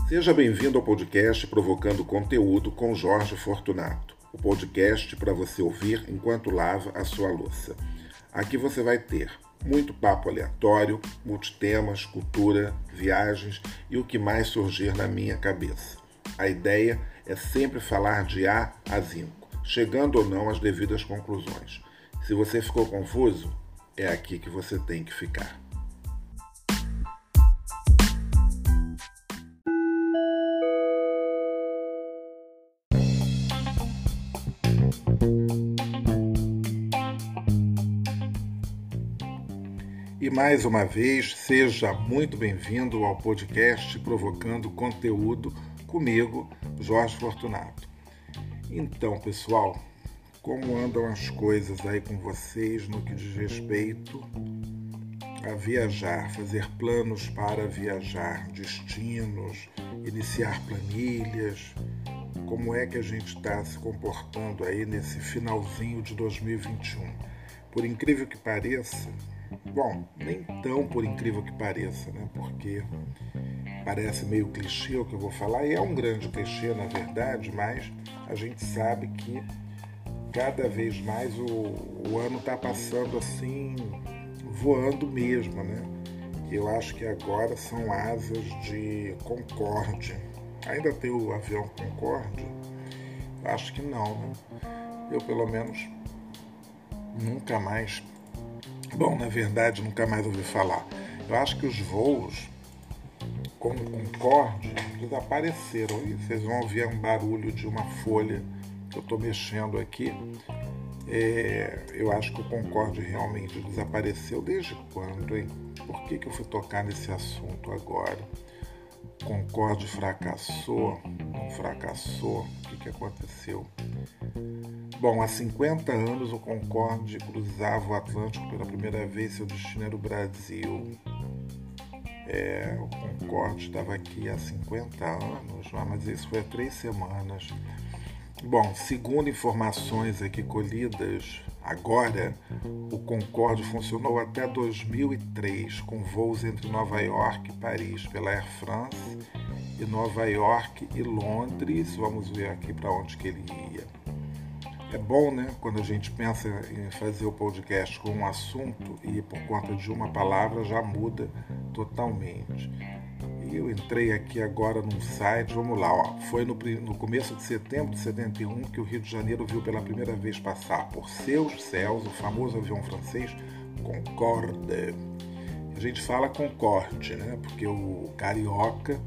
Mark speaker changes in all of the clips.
Speaker 1: Seja bem-vindo ao podcast Provocando Conteúdo com Jorge Fortunato, o podcast para você ouvir enquanto lava a sua louça. Aqui você vai ter muito papo aleatório, multitemas, cultura, viagens e o que mais surgir na minha cabeça. A ideia é sempre falar de A a Zinco, chegando ou não às devidas conclusões. Se você ficou confuso, é aqui que você tem que ficar. E mais uma vez, seja muito bem-vindo ao podcast Provocando Conteúdo comigo, Jorge Fortunato. Então, pessoal, como andam as coisas aí com vocês no que diz respeito a viajar, fazer planos para viajar, destinos, iniciar planilhas? Como é que a gente está se comportando aí nesse finalzinho de 2021? Por incrível que pareça, bom, nem tão por incrível que pareça, né? Porque parece meio clichê o que eu vou falar, e é um grande clichê, na verdade, mas a gente sabe que cada vez mais o ano está passando assim, voando mesmo, né? Eu acho que agora são asas de Concorde. Ainda tem o avião Concorde? Acho que não, né? Eu, pelo menos, nunca mais... Bom, na verdade, nunca mais ouvi falar. Eu acho que os voos com o Concorde desapareceram. E vocês vão ouvir um barulho de uma folha que eu estou mexendo aqui. Eu acho que o Concorde realmente desapareceu. Desde quando, hein? Por que eu fui tocar nesse assunto agora? O Concorde fracassou? Não fracassou? O que aconteceu? Bom, há 50 anos o Concorde cruzava o Atlântico pela primeira vez, seu destino era o Brasil. O Concorde estava aqui há 50 anos, mas isso foi há 3 semanas. Bom, segundo informações aqui colhidas agora, o Concorde funcionou até 2003, com voos entre Nova York e Paris pela Air France, e Nova York e Londres. Vamos ver aqui para onde que ele ia. É bom, né, quando a gente pensa em fazer o podcast com um assunto e por conta de uma palavra já muda totalmente. E eu entrei aqui agora num site, vamos lá, ó. Foi no começo de setembro de 71 que o Rio de Janeiro viu pela primeira vez passar por seus céus o famoso avião francês Concorde. A gente fala Concorde, né, porque o carioca,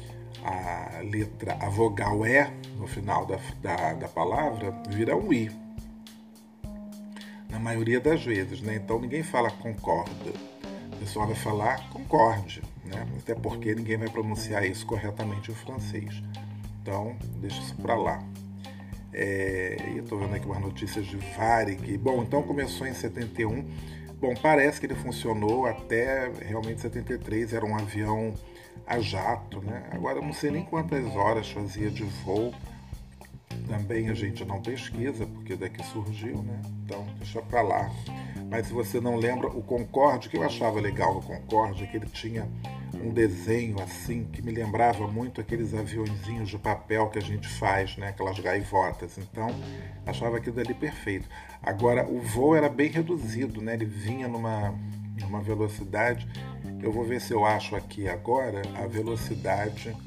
Speaker 1: a vogal E no final da palavra vira um I, na maioria das vezes, né? Então ninguém fala Concorde, o pessoal vai falar Concorde, né? Até porque ninguém vai pronunciar isso corretamente em francês. Então deixa isso para lá. Eu estou vendo aqui umas notícias de Varig. Bom, então começou em 71. Bom, parece que ele funcionou até realmente 73, era um avião a jato, né? Agora eu não sei nem quantas horas fazia de voo. Também a gente não pesquisa, porque daqui surgiu, né? Então deixa pra lá. Mas se você não lembra, o Concorde, o que eu achava legal no Concorde é que ele tinha um desenho assim, que me lembrava muito aqueles aviõezinhos de papel que a gente faz, né? Aquelas gaivotas. Então achava aquilo ali perfeito. Agora o voo era bem reduzido, né? Ele vinha numa velocidade... Eu vou ver se eu acho aqui agora a velocidade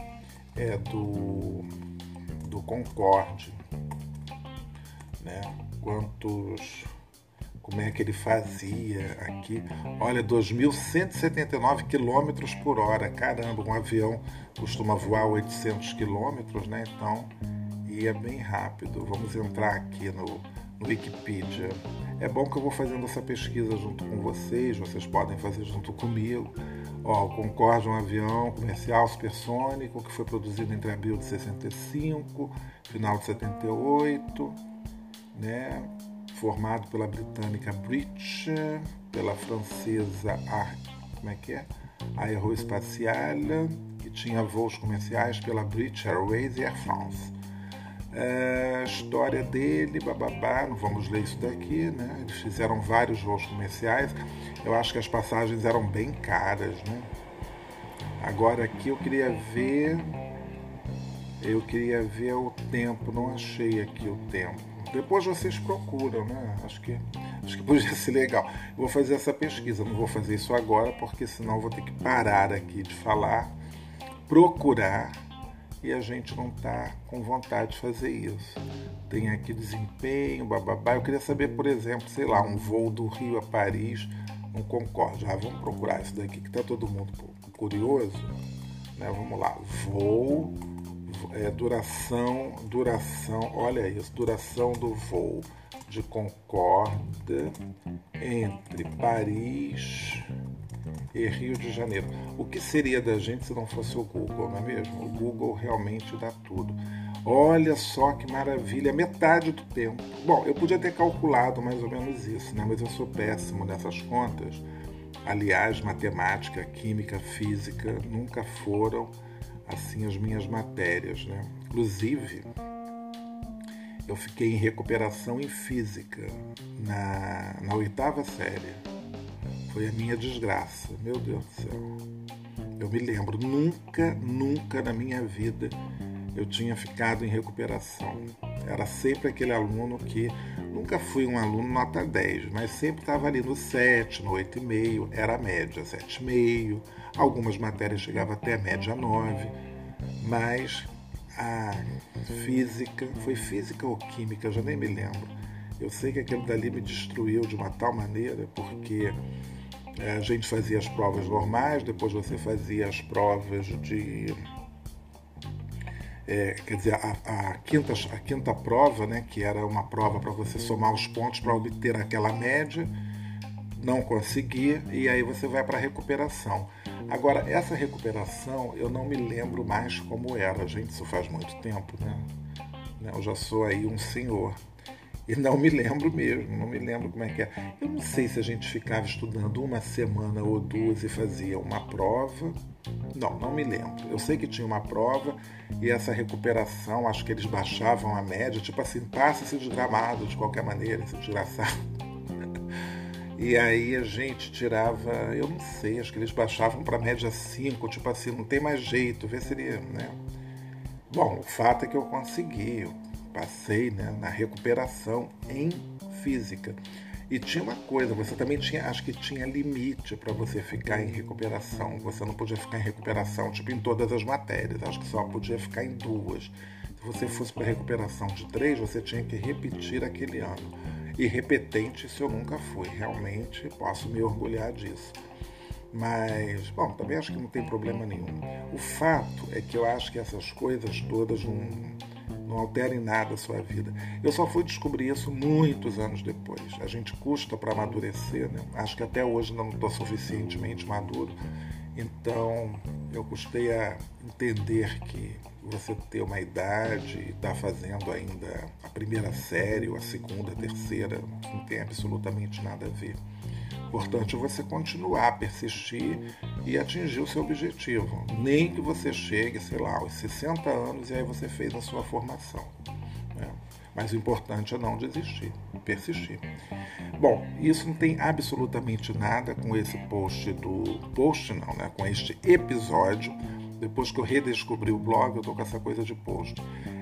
Speaker 1: do Concorde, né? Como é que ele fazia aqui? Olha, 2.179 km por hora. Caramba, um avião costuma voar 800 km, né? Então ia bem rápido. Vamos entrar aqui no Wikipedia. É bom que eu vou fazendo essa pesquisa junto com vocês podem fazer junto comigo. Ó, o Concorde é um avião comercial supersônico que foi produzido entre abril de 65, final de 78, né? Formado pela britânica British, pela francesa Aerospatiale, que tinha voos comerciais pela British Airways e Air France. A história dele, não vamos ler isso daqui, né? Eles fizeram vários voos comerciais. Eu acho que as passagens eram bem caras, né? Agora aqui eu queria ver Eu queria ver o tempo, não achei aqui o tempo. Depois vocês procuram, né? Acho que podia ser legal. Eu vou fazer essa pesquisa, não vou fazer isso agora, porque senão eu vou ter que parar aqui de falar, procurar, e a gente não está com vontade de fazer isso. Tem aqui desempenho, bababá. Eu queria saber, por exemplo, sei lá, um voo do Rio a Paris, um Concorde. Vamos procurar isso daqui que está todo mundo curioso. Né? Vamos lá, voo, duração, olha isso, duração do voo de Concorde entre Paris e Rio de Janeiro. O que seria da gente se não fosse o Google, não é mesmo? O Google realmente dá tudo. Olha só que maravilha, metade do tempo. Bom, eu podia ter calculado mais ou menos isso, né? Mas eu sou péssimo nessas contas. Aliás, matemática, química, física nunca foram assim as minhas matérias, né? Inclusive, eu fiquei em recuperação em física na 8ª série. Foi a minha desgraça, meu Deus do céu. Eu me lembro, nunca na minha vida eu tinha ficado em recuperação. Era sempre aquele aluno que, nunca fui um aluno nota 10, mas sempre estava ali no 7, no 8,5, era a média, 7,5. Algumas matérias chegavam até a média 9, mas a física, foi física ou química, já nem me lembro. Eu sei que aquilo dali me destruiu de uma tal maneira, porque a gente fazia as provas normais, depois você fazia as provas de... quer dizer, a quinta prova, né, que era uma prova para você somar os pontos para obter aquela média, não conseguir, e aí você vai para a recuperação. Agora, essa recuperação, eu não me lembro mais como era. Gente, isso faz muito tempo, né? Eu já sou aí um senhor. E não me lembro mesmo, não me lembro como é que é. Eu não sei se a gente ficava estudando uma semana ou duas e fazia uma prova. Não me lembro. Eu sei que tinha uma prova e essa recuperação, acho que eles baixavam a média, tipo assim, passa esse desgramado de qualquer maneira, esse desgraçado. E aí a gente tirava, eu não sei, acho que eles baixavam para média 5, tipo assim, não tem mais jeito, vê se ele, né? Bom, o fato é que eu consegui, eu passei, né, na recuperação em física. E tinha uma coisa, você também tinha, acho que tinha limite para você ficar em recuperação. Você não podia ficar em recuperação, tipo, em todas as matérias, acho que só podia ficar em 2. Se você fosse para recuperação de 3, você tinha que repetir aquele ano. E repetente, isso eu nunca fui, realmente posso me orgulhar disso. Mas, bom, também acho que não tem problema nenhum. O fato é que eu acho que essas coisas todas não alterem nada a sua vida. Eu só fui descobrir isso muitos anos depois. A gente custa para amadurecer, né? Acho que até hoje não estou suficientemente maduro. Então, eu custei a entender que você ter uma idade e estar fazendo ainda a primeira série, ou a segunda, a terceira, não tem absolutamente nada a ver. Importante é você continuar, persistir e atingir o seu objetivo. Nem que você chegue, sei lá, aos 60 anos e aí você fez a sua formação. Né? Mas o importante é não desistir, persistir. Bom, isso não tem absolutamente nada com esse com este episódio. Depois que eu redescobri o blog, eu tô com essa coisa de post.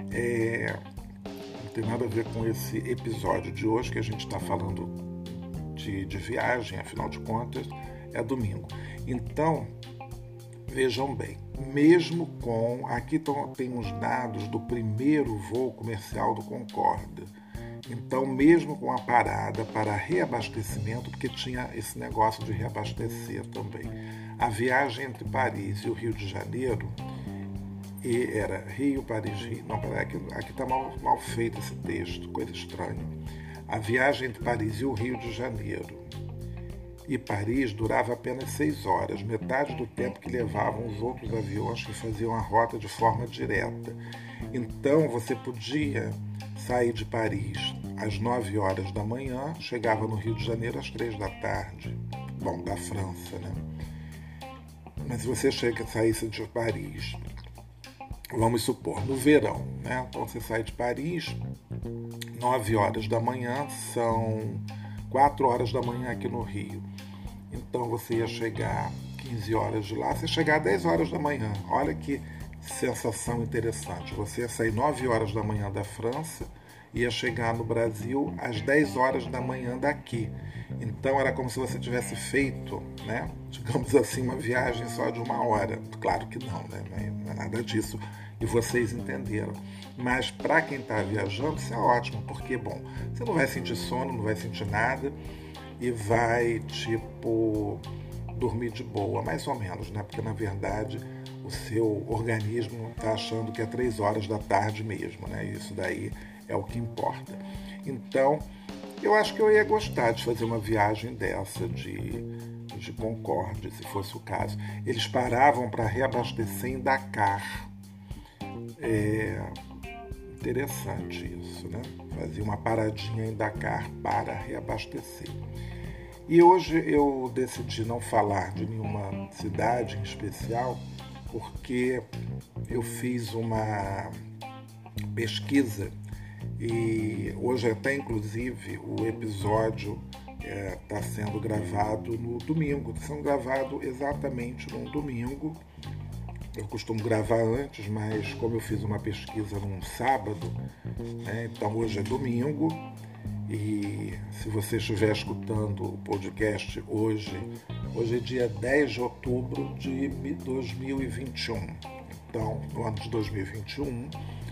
Speaker 1: Não tem nada a ver com esse episódio de hoje, que a gente está falando de viagem, afinal de contas, é domingo. Então, vejam bem, mesmo com... Aqui tem os dados do primeiro voo comercial do Concorde. Então, mesmo com a parada para reabastecimento, porque tinha esse negócio de reabastecer também, a viagem entre Paris e o Rio de Janeiro, e era Rio, Paris, Rio... Não, peraí, aqui está mal feito esse texto, coisa estranha. A viagem entre Paris e o Rio de Janeiro e Paris durava apenas 6 horas, metade do tempo que levavam os outros aviões que faziam a rota de forma direta. Então, você podia sair de Paris às 9 horas da manhã, chegava no Rio de Janeiro às 3 da tarde. Bom, da França, né? Mas se você saísse de Paris, vamos supor, no verão, né? Então você sai de Paris, 9 horas da manhã, são 4 horas da manhã aqui no Rio. Então você ia chegar 15 horas de lá, você ia chegar às 10 horas da manhã. Olha que sensação interessante. Você ia sair 9 horas da manhã da França, ia chegar no Brasil às 10 horas da manhã daqui. Então era como se você tivesse feito, né, digamos assim, uma viagem só de 1 hora. Claro que não, né? Não é nada disso. E vocês entenderam. Mas para quem está viajando, isso é ótimo, porque, bom, você não vai sentir sono, não vai sentir nada e vai, tipo, dormir de boa, mais ou menos, né? Porque, na verdade, o seu organismo está achando que é 3 horas da tarde mesmo, né? Isso daí é o que importa. Então, eu acho que eu ia gostar de fazer uma viagem dessa de Concorde, se fosse o caso. Eles paravam para reabastecer em Dakar. Interessante isso, né? Fazia uma paradinha em Dakar para reabastecer. E hoje eu decidi não falar de nenhuma cidade em especial, porque eu fiz uma pesquisa e hoje até inclusive o episódio está sendo gravado no domingo, está sendo gravado exatamente num domingo. Eu costumo gravar antes, mas como eu fiz uma pesquisa num sábado, né, então hoje é domingo, e se você estiver escutando o podcast hoje é dia 10 de outubro de 2021. Então, no ano de 2021,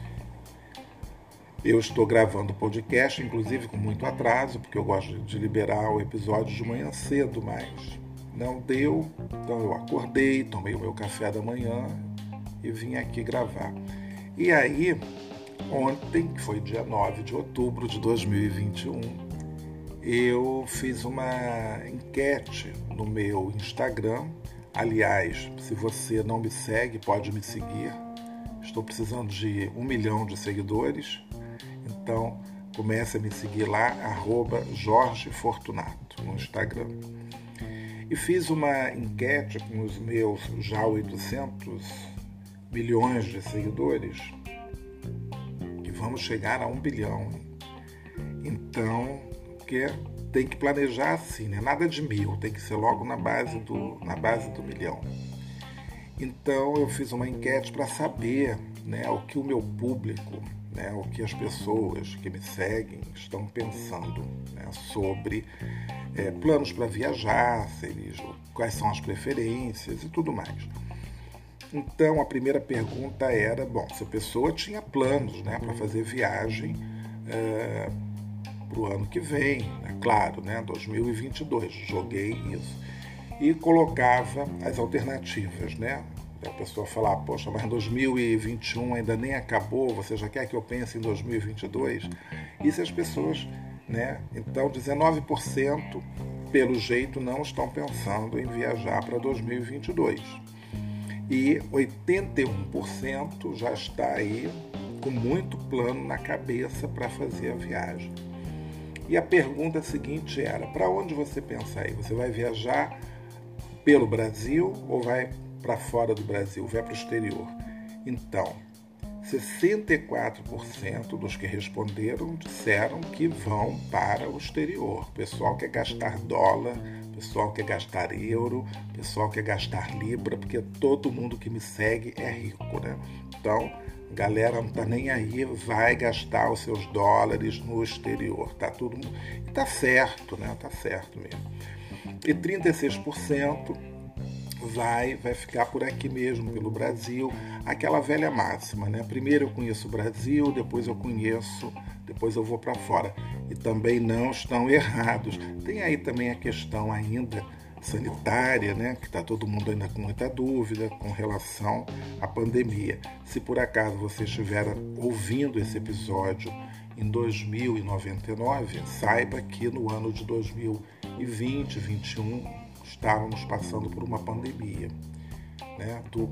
Speaker 1: eu estou gravando o podcast, inclusive com muito atraso, porque eu gosto de liberar o episódio de manhã cedo, mas não deu. Então eu acordei, tomei o meu café da manhã e vim aqui gravar. E aí, ontem, que foi dia 9 de outubro de 2021, eu fiz uma enquete no meu Instagram. Aliás, se você não me segue, pode me seguir. Estou precisando de 1 milhão de seguidores. Então, comece a me seguir lá, @JorgeFortunato, no Instagram. E fiz uma enquete com os meus já 800 milhões de seguidores, que vamos chegar a 1 bilhão. Então, que tem que planejar assim, né? Nada de 1000, tem que ser logo na base do milhão. Então, eu fiz uma enquete para saber, né, o que o meu público, né, o que as pessoas que me seguem estão pensando, né, sobre planos para viajar, quais são as preferências e tudo mais. Então, a primeira pergunta era, bom, se a pessoa tinha planos, né, para fazer viagem para o ano que vem, né, claro, né, 2022, joguei isso. E colocava as alternativas, né? A pessoa falar, poxa, mas 2021 ainda nem acabou, você já quer que eu pense em 2022? E se as pessoas, né? Então, 19% pelo jeito não estão pensando em viajar para 2022. E 81% já está aí com muito plano na cabeça para fazer a viagem. E a pergunta seguinte era, para onde você pensa aí? Você vai viajar pelo Brasil ou vai para fora do Brasil, vai para o exterior? Então, 64% dos que responderam disseram que vão para o exterior. O pessoal quer gastar dólar, o pessoal quer gastar euro, o pessoal quer gastar libra, porque todo mundo que me segue é rico, né? Então, a galera não está nem aí, vai gastar os seus dólares no exterior. Tá tudo... E tá certo, né? Tá certo mesmo. E 36% vai ficar por aqui mesmo, pelo Brasil. Aquela velha máxima, né? Primeiro eu conheço o Brasil, depois eu vou para fora. E também não estão errados. Tem aí também a questão ainda sanitária, né? Que está todo mundo ainda com muita dúvida com relação à pandemia. Se por acaso você estiver ouvindo esse episódio em 2099, saiba que no ano de 2020, 2021, estávamos passando por uma pandemia, né, do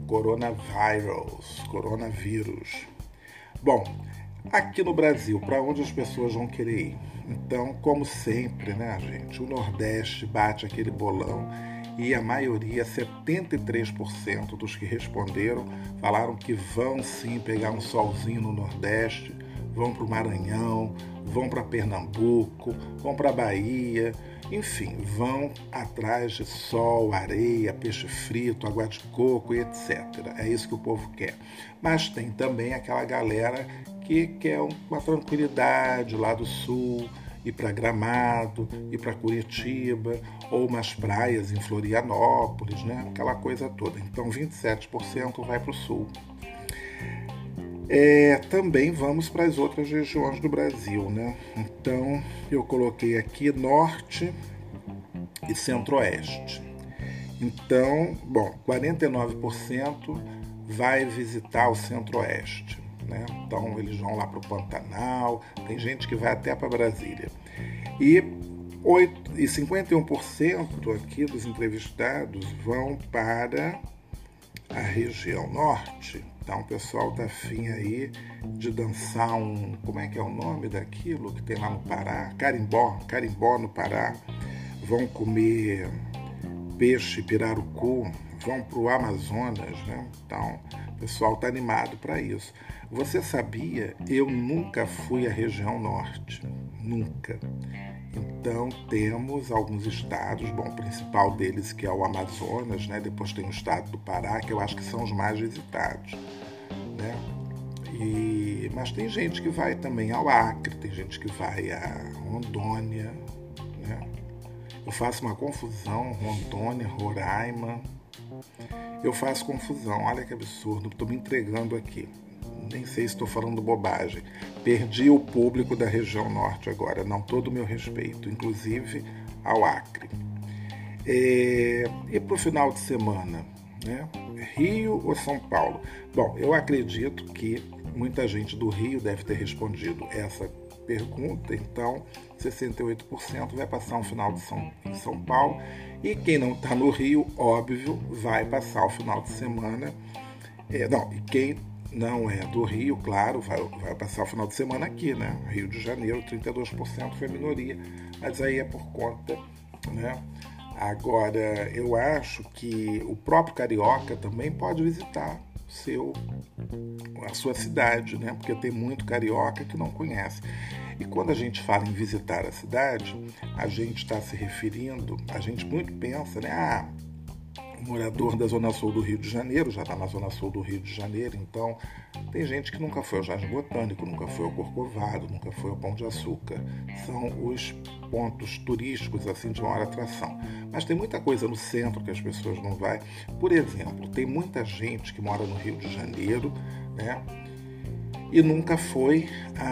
Speaker 1: coronavírus. Bom, aqui no Brasil, para onde as pessoas vão querer ir? Então, como sempre, né, gente, o Nordeste bate aquele bolão e a maioria, 73% dos que responderam, falaram que vão sim pegar um solzinho no Nordeste, vão para o Maranhão, vão para Pernambuco, vão para a Bahia. Enfim, vão atrás de sol, areia, peixe frito, água de coco e etc. É isso que o povo quer. Mas tem também aquela galera que quer uma tranquilidade lá do sul, ir para Gramado, ir para Curitiba, ou umas praias em Florianópolis, né? Aquela coisa toda. Então, 27% vai para o sul. Também vamos para as outras regiões do Brasil, né? Então, eu coloquei aqui norte e centro-oeste. Então, 49% vai visitar o centro-oeste, né? Então, eles vão lá para o Pantanal, tem gente que vai até para Brasília. E 51% aqui dos entrevistados vão para a região norte. Então o pessoal tá afim aí de dançar como é que é o nome daquilo que tem lá no Pará? Carimbó no Pará. Vão comer peixe, pirarucu, vão para o Amazonas, né? Então o pessoal tá animado para isso. Você sabia? Eu nunca fui à região norte, nunca. Então temos alguns estados, o principal deles que é o Amazonas, né? Depois tem o estado do Pará, que eu acho que são os mais visitados, né? Mas tem gente que vai também ao Acre, tem gente que vai a Rondônia, né? Eu faço uma confusão, Rondônia, Roraima, eu faço confusão, olha que absurdo, estou me entregando aqui. Nem sei se estou falando bobagem. Perdi o público da região norte agora, não todo o meu respeito, inclusive ao Acre. E para o final de semana, né? Rio ou São Paulo? Eu acredito que muita gente do Rio deve ter respondido essa pergunta, então 68% vai passar um final em São Paulo, e quem não está no Rio, óbvio, vai passar o final de semana. E quem não é do Rio, claro, vai passar o final de semana aqui, né? Rio de Janeiro, 32% foi minoria, mas aí é por conta, né? Agora, eu acho que o próprio carioca também pode visitar a sua cidade, né? Porque tem muito carioca que não conhece. E quando a gente fala em visitar a cidade, a gente está se referindo, a gente muito pensa, né? Morador da Zona Sul do Rio de Janeiro, já está na Zona Sul do Rio de Janeiro, então tem gente que nunca foi ao Jardim Botânico, nunca foi ao Corcovado, nunca foi ao Pão de Açúcar. São os pontos turísticos assim de maior atração. Mas tem muita coisa no centro que as pessoas não vão. Por exemplo, tem muita gente que mora no Rio de Janeiro, né? E nunca foi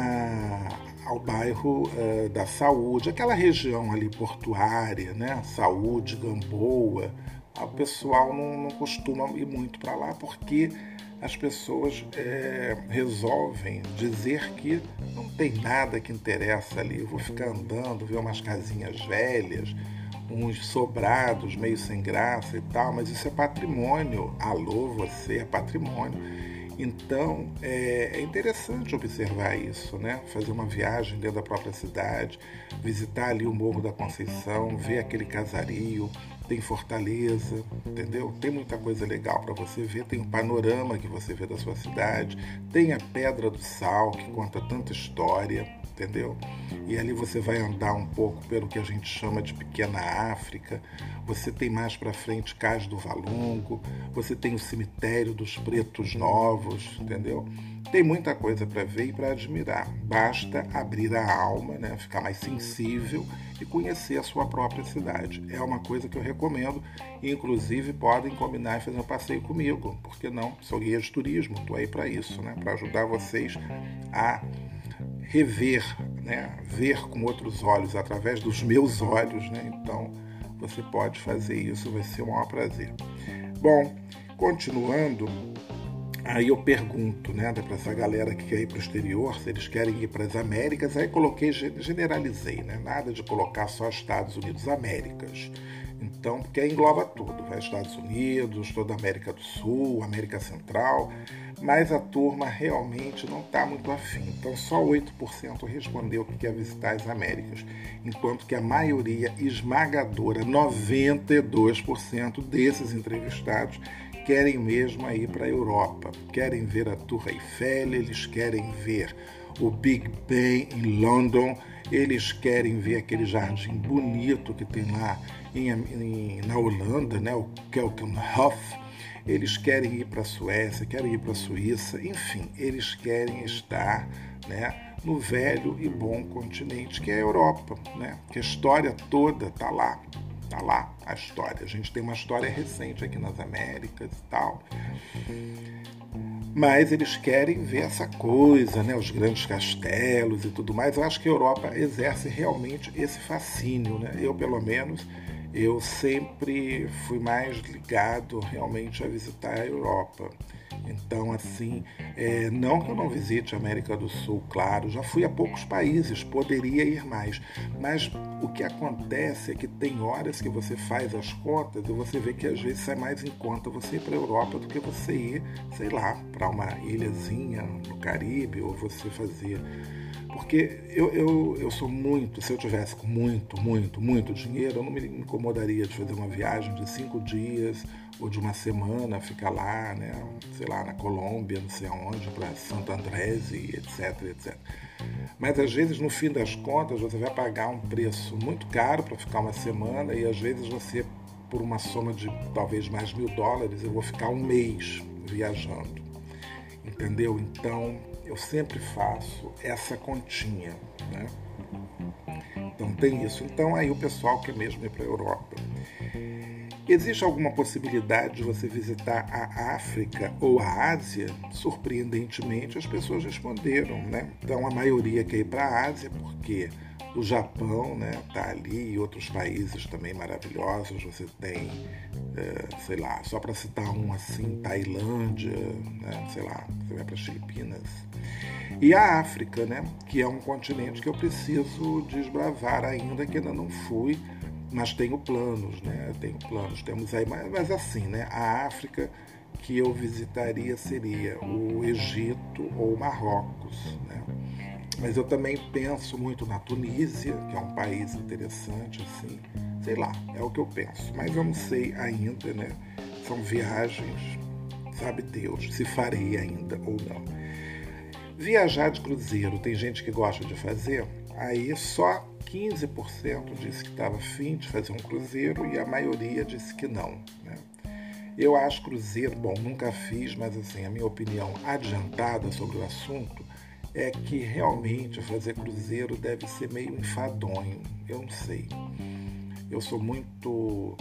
Speaker 1: ao bairro da Saúde, aquela região ali portuária, né? Saúde, Gamboa. O pessoal não costuma ir muito para lá porque as pessoas resolvem dizer que não tem nada que interessa ali. Eu vou ficar andando, ver umas casinhas velhas, uns sobrados meio sem graça e tal, mas isso é patrimônio. Alô, você é patrimônio. Então, é interessante observar isso, né? Fazer uma viagem dentro da própria cidade, visitar ali o Morro da Conceição, ver aquele casario, tem Fortaleza, entendeu? Tem muita coisa legal para você ver, tem o panorama que você vê da sua cidade, tem a Pedra do Sal, que conta tanta história, entendeu? E ali você vai andar um pouco pelo que a gente chama de Pequena África, você tem mais para frente Cais do Valongo, você tem o Cemitério dos Pretos Novos, entendeu? Tem muita coisa para ver e para admirar. Basta abrir a alma, né? Ficar mais sensível e conhecer a sua própria cidade. É uma coisa que eu recomendo. Inclusive, podem combinar e fazer um passeio comigo. Por que não? Sou guia de turismo, estou aí para isso, né? Para ajudar vocês a rever, né? Ver com outros olhos, através dos meus olhos, né? Então, você pode fazer isso, vai ser um maior prazer. Bom, continuando, aí eu pergunto, né, para essa galera que quer ir para o exterior, se eles querem ir para as Américas, aí coloquei, generalizei, né? Nada de colocar só Estados Unidos, Américas. Então, porque engloba tudo, vai Estados Unidos, toda a América do Sul, América Central, mas a turma realmente não está muito afim. Então, só 8% respondeu que quer visitar as Américas, enquanto que a maioria esmagadora, 92% desses entrevistados, querem mesmo ir para a Europa, querem ver a Torre Eiffel, eles querem ver o Big Ben em London, eles querem ver aquele jardim bonito que tem lá na Holanda, né, o Keukenhof. Eles querem ir para a Suécia, querem ir para a Suíça, enfim, eles querem estar, né, no velho e bom continente que é a Europa, né, que a história toda está lá. Está lá a história. A gente tem uma história recente aqui nas Américas e tal. Mas eles querem ver essa coisa, né? Os grandes castelos e tudo mais. Eu acho que a Europa exerce realmente esse fascínio, né? Eu, pelo menos, eu sempre fui mais ligado realmente a visitar a Europa. Então, assim, não que eu não visite a América do Sul, claro, já fui a poucos países, poderia ir mais. Mas o que acontece é que tem horas que você faz as contas e você vê que às vezes sai mais em conta você ir para a Europa do que você ir, sei lá, para uma ilhazinha no Caribe, ou você fazer... Porque eu sou muito, se eu tivesse com muito dinheiro, eu não me incomodaria de fazer uma viagem de 5 dias ou de uma semana, ficar lá, né, sei lá, na Colômbia, não sei aonde, para Santo Andrés e etc. Mas às vezes, no fim das contas, você vai pagar um preço muito caro para ficar uma semana e às vezes você, por uma soma de talvez mais $1.000, eu vou ficar um mês viajando. Entendeu? Então, eu sempre faço essa continha, né? Então, tem isso. Então, aí o pessoal quer mesmo ir para a Europa. Existe alguma possibilidade de você visitar a África ou a Ásia? Surpreendentemente, as pessoas responderam, né? Então, a maioria quer ir para a Ásia porque o Japão, né, tá ali, e outros países também maravilhosos. Você tem, sei lá, só para citar um assim, Tailândia, né, sei lá, você vai para as Filipinas. E a África, né, que é um continente que eu preciso desbravar ainda, que ainda não fui, mas tenho planos, né? Tenho planos. Temos aí, mas assim, né? A África que eu visitaria seria o Egito ou Marrocos, né? Mas eu também penso muito na Tunísia, que é um país interessante, assim, sei lá, é o que eu penso. Mas eu não sei ainda, né? São viagens, sabe Deus, se farei ainda ou não. Viajar de cruzeiro, tem gente que gosta de fazer, aí só 15% disse que estava afim de fazer um cruzeiro e a maioria disse que não, né? Eu acho cruzeiro, bom, nunca fiz, mas assim, a minha opinião adiantada sobre o assunto é que realmente fazer cruzeiro deve ser meio enfadonho, eu não sei. Eu sou muito,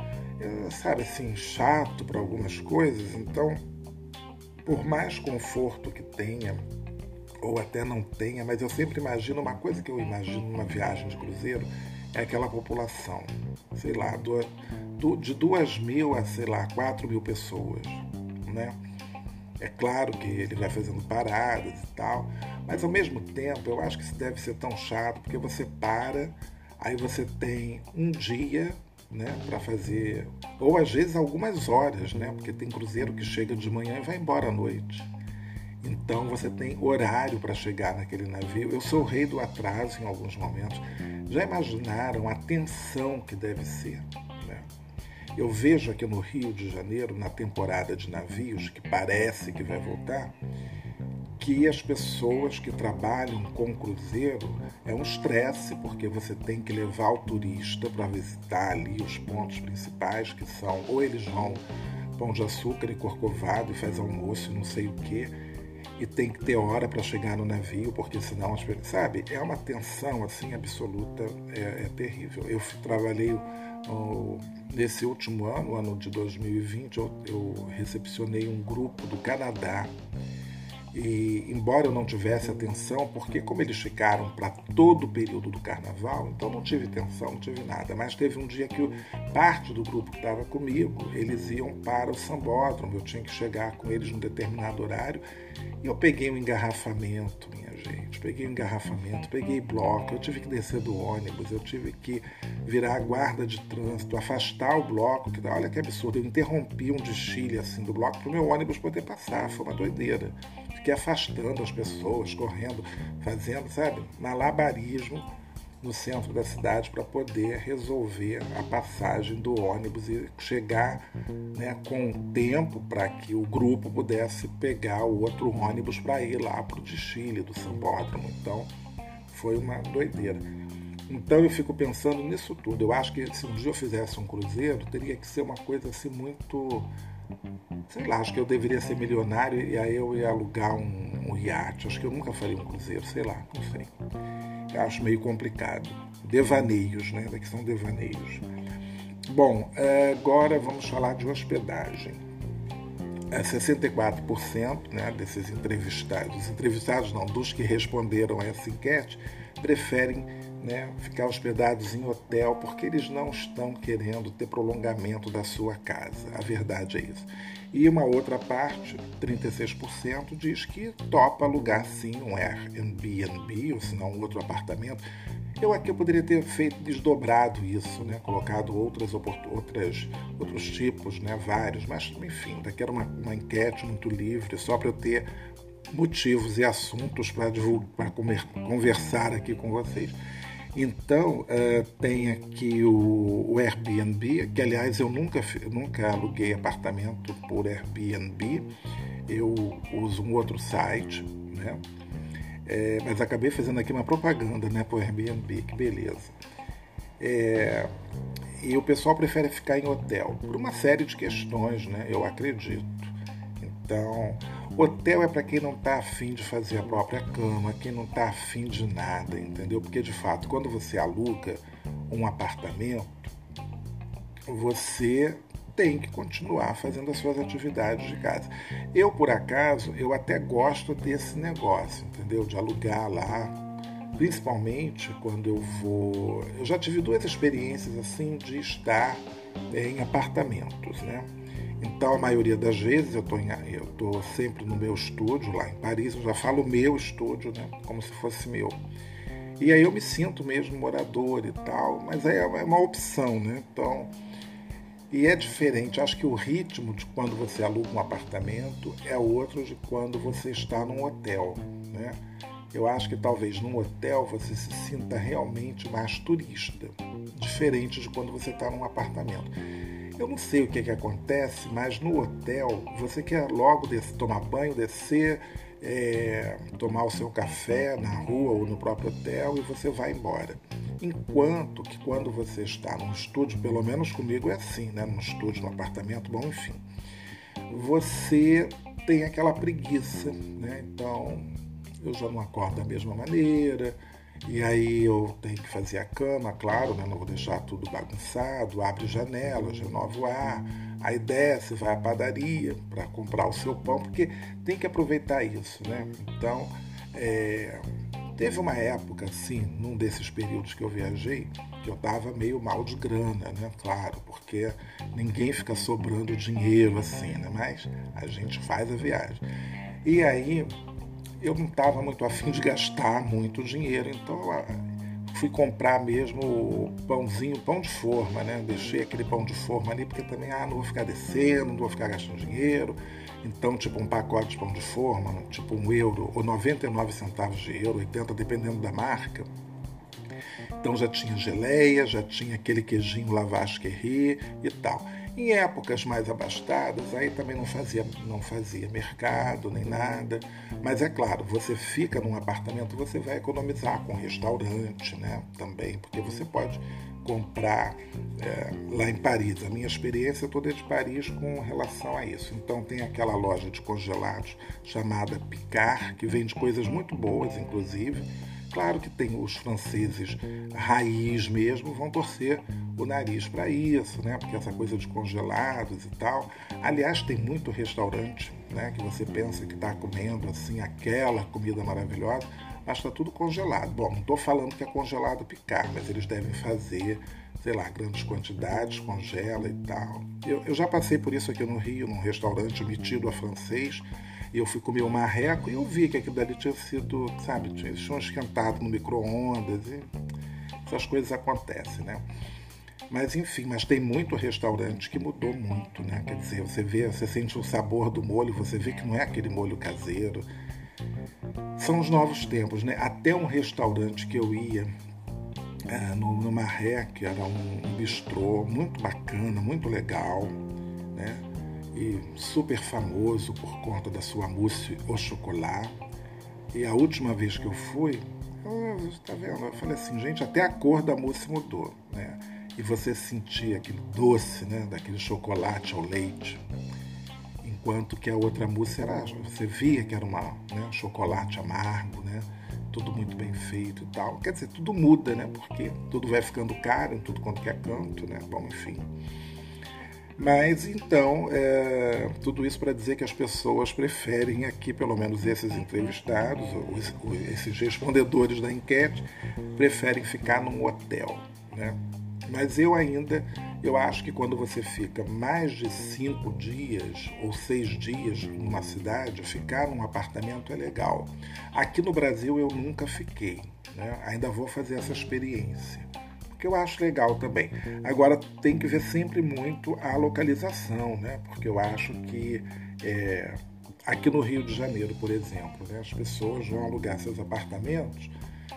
Speaker 1: sabe assim, chato para algumas coisas, então, por mais conforto que tenha, ou até não tenha, mas eu sempre imagino, uma coisa que eu imagino numa viagem de cruzeiro é aquela população, sei lá, de 2.000 a, sei lá, 4.000 pessoas, né? É claro que ele vai fazendo paradas e tal, mas ao mesmo tempo eu acho que isso deve ser tão chato, porque você para, aí você tem um dia, né, para fazer, ou às vezes algumas horas, né? Porque tem cruzeiro que chega de manhã e vai embora à noite. Então você tem horário para chegar naquele navio. Eu sou o rei do atraso em alguns momentos. Já imaginaram a tensão que deve ser, né? Eu vejo aqui no Rio de Janeiro, na temporada de navios, que parece que vai voltar, que as pessoas que trabalham com cruzeiro é um estresse, porque você tem que levar o turista para visitar ali os pontos principais, que são, ou eles vão Pão de Açúcar e Corcovado e faz almoço e não sei o quê, e tem que ter hora para chegar no navio, porque senão, sabe, é uma tensão assim absoluta, é terrível. Eu trabalhei nesse último ano, ano de 2020, eu recepcionei um grupo do Canadá, e embora eu não tivesse atenção, porque como eles ficaram para todo o período do carnaval, então não tive atenção, não tive nada, mas teve um dia que parte do grupo que estava comigo, eles iam para o Sambódromo, eu tinha que chegar com eles num determinado horário, e eu peguei um engarrafamento, minha gente, peguei bloco, eu tive que descer do ônibus, eu tive que virar a guarda de trânsito, afastar o bloco, que olha que absurdo, eu interrompi um desfile assim do bloco para o meu ônibus poder passar, foi uma doideira. Fiquei afastando as pessoas, correndo, fazendo, sabe, malabarismo no centro da cidade para poder resolver a passagem do ônibus e chegar, né, com tempo para que o grupo pudesse pegar o outro ônibus para ir lá para o desfile do Sambódromo. Então, foi uma doideira. Então eu fico pensando nisso tudo. Eu acho que se um dia eu fizesse um cruzeiro, teria que ser uma coisa assim muito... Sei lá, acho que eu deveria ser milionário e aí eu ia alugar um iate. Acho que eu nunca faria um cruzeiro, sei lá, não sei. Eu acho meio complicado. Devaneios, né? Daqui são devaneios. Bom, agora vamos falar de hospedagem. 64%, né, desses entrevistados não, dos que responderam a essa enquete, preferem, né, ficar hospedados em hotel porque eles não estão querendo ter prolongamento da sua casa. A verdade é isso. E uma outra parte, 36%, diz que topa alugar sim um Airbnb, ou se não um outro apartamento. Eu poderia ter desdobrado isso, né? Colocado outros tipos, né? Vários, mas enfim, daqui era uma enquete muito livre, só para eu ter motivos e assuntos para conversar aqui com vocês. Então, tem aqui o Airbnb, que aliás eu nunca aluguei apartamento por Airbnb, eu uso um outro site, né? Mas acabei fazendo aqui uma propaganda, né, para o Airbnb, que beleza. E o pessoal prefere ficar em hotel, por uma série de questões, né, eu acredito. Então, hotel é para quem não está afim de fazer a própria cama, quem não está afim de nada, entendeu? Porque, de fato, quando você aluga um apartamento, você tem que continuar fazendo as suas atividades de casa. Eu, por acaso, eu até gosto desse negócio, entendeu? De alugar lá, principalmente quando eu vou... Eu já tive 2 experiências assim de estar em apartamentos, né? Então, a maioria das vezes eu estou sempre no meu estúdio lá em Paris, eu já falo meu estúdio, né? Como se fosse meu. E aí eu me sinto mesmo morador e tal, mas aí é uma opção, né? Então... E é diferente, acho que o ritmo de quando você aluga um apartamento é outro de quando você está num hotel, né? Eu acho que talvez num hotel você se sinta realmente mais turista, diferente de quando você está num apartamento. Eu não sei o que acontece, mas no hotel você quer logo tomar banho, descer, tomar o seu café na rua ou no próprio hotel e você vai embora. Enquanto que quando você está num estúdio, pelo menos comigo é assim, né? Num estúdio, num apartamento, bom, enfim, você tem aquela preguiça, né? Então, eu já não acordo da mesma maneira, e aí eu tenho que fazer a cama, claro, né? Não vou deixar tudo bagunçado, abre janelas, renova o ar, aí desce, vai à padaria para comprar o seu pão, porque tem que aproveitar isso, né? Então, teve uma época, assim, num desses períodos que eu viajei, que eu estava meio mal de grana, né? Claro, porque ninguém fica sobrando dinheiro assim, né? Mas a gente faz a viagem. E aí eu não estava muito afim de gastar muito dinheiro, então fui comprar mesmo o pãozinho, pão de forma, né? Deixei aquele pão de forma ali, porque também, não vou ficar descendo, não vou ficar gastando dinheiro. Então, tipo um pacote de pão de forma, tipo €1, ou 99 centavos de euro, 80, dependendo da marca. Então já tinha geleia, já tinha aquele queijinho Lavache Querry e tal. Em épocas mais abastadas, aí também não fazia mercado nem nada. Mas é claro, você fica num apartamento, você vai economizar com restaurante, né? Também, porque você pode comprar lá em Paris. A minha experiência toda é de Paris com relação a isso. Então tem aquela loja de congelados chamada Picard, que vende coisas muito boas, inclusive. Claro que tem os franceses raiz mesmo, vão torcer o nariz para isso, né? Porque essa coisa de congelados e tal. Aliás, tem muito restaurante, né? Que você pensa que está comendo assim aquela comida maravilhosa, mas está tudo congelado. Bom, não estou falando que é congelado Picard, mas eles devem fazer, sei lá, grandes quantidades, congela e tal. Eu já passei por isso aqui no Rio, num restaurante metido a francês. E eu fui comer um marreco e eu vi que aquilo dali tinha sido, sabe, eles tinham esquentado no micro-ondas e essas coisas acontecem, né? Mas enfim, mas tem muito restaurante que mudou muito, né? Quer dizer, você sente o sabor do molho, você vê que não é aquele molho caseiro. São os novos tempos, né? Até um restaurante que eu ia no Marré, que era um bistrô muito bacana, muito legal, né? E super famoso por conta da sua mousse au chocolat. E a última vez que eu fui, Tá vendo? Eu falei assim, gente, até a cor da mousse mudou, né? E você sentia aquele doce, né, daquele chocolate ao leite, enquanto que a outra mousse era, você via que era um chocolate amargo, né? Tudo muito bem feito e tal. Quer dizer, tudo muda, né? Porque tudo vai ficando caro em tudo quanto que é canto, né? Bom, enfim. Mas então, tudo isso para dizer que as pessoas preferem aqui, pelo menos esses entrevistados, esses respondedores da enquete, preferem ficar num hotel, né? Mas eu acho que quando você fica mais de 5 dias ou 6 dias numa cidade, ficar num apartamento é legal. Aqui no Brasil eu nunca fiquei, né? Ainda vou fazer essa experiência, que eu acho legal também. Agora, tem que ver sempre muito a localização, né? Porque eu acho que aqui no Rio de Janeiro, por exemplo, né, as pessoas vão alugar seus apartamentos,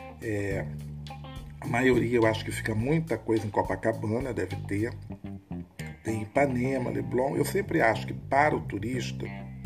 Speaker 1: a maioria eu acho que fica muita coisa em Copacabana, deve ter, tem Ipanema, Leblon. Eu sempre acho que para o turista,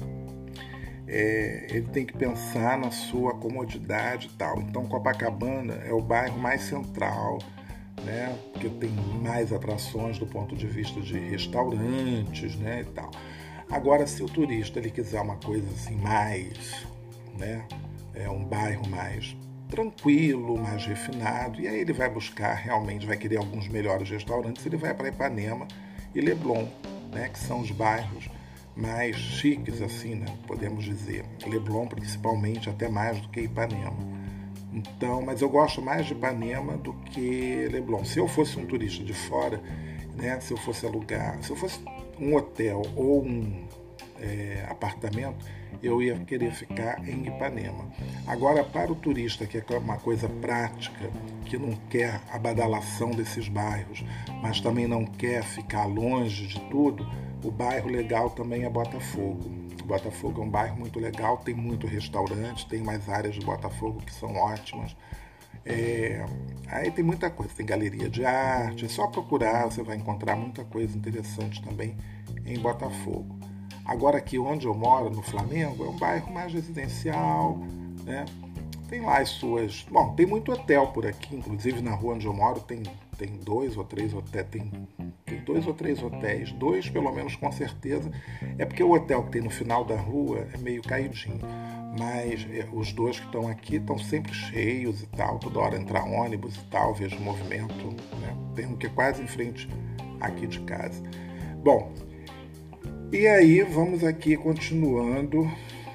Speaker 1: ele tem que pensar na sua comodidade e tal. Então, Copacabana é o bairro mais central, né, porque tem mais atrações do ponto de vista de restaurantes, né, e tal. Agora, se o turista ele quiser uma coisa assim mais, né, um bairro mais tranquilo, mais refinado, e aí ele vai buscar realmente, vai querer alguns melhores restaurantes, ele vai para Ipanema e Leblon, né, que são os bairros mais chiques, assim, né, podemos dizer. Leblon, principalmente, até mais do que Ipanema. Então, mas eu gosto mais de Ipanema do que Leblon. Se eu fosse um turista de fora, né, se eu fosse um hotel ou um apartamento, eu ia querer ficar em Ipanema. Agora, para o turista que é uma coisa prática, que não quer a badalação desses bairros, mas também não quer ficar longe de tudo, o bairro legal também é Botafogo. Botafogo é um bairro muito legal, tem muito restaurante, tem mais áreas de Botafogo que são ótimas. Aí tem muita coisa, tem galeria de arte, é só procurar, você vai encontrar muita coisa interessante também em Botafogo. Agora aqui onde eu moro, no Flamengo, é um bairro mais residencial, né? Tem lá as suas... Bom, tem muito hotel por aqui, inclusive na rua onde eu moro tem 2 ou 3 hotéis, tem 2 ou 3 hotéis, 2 pelo menos com certeza. É porque o hotel que tem no final da rua é meio caidinho, mas os 2 que estão aqui estão sempre cheios e tal, toda hora entra ônibus e tal, vejo movimento, né? Tem um que é quase em frente aqui de casa. Bom, e aí vamos aqui continuando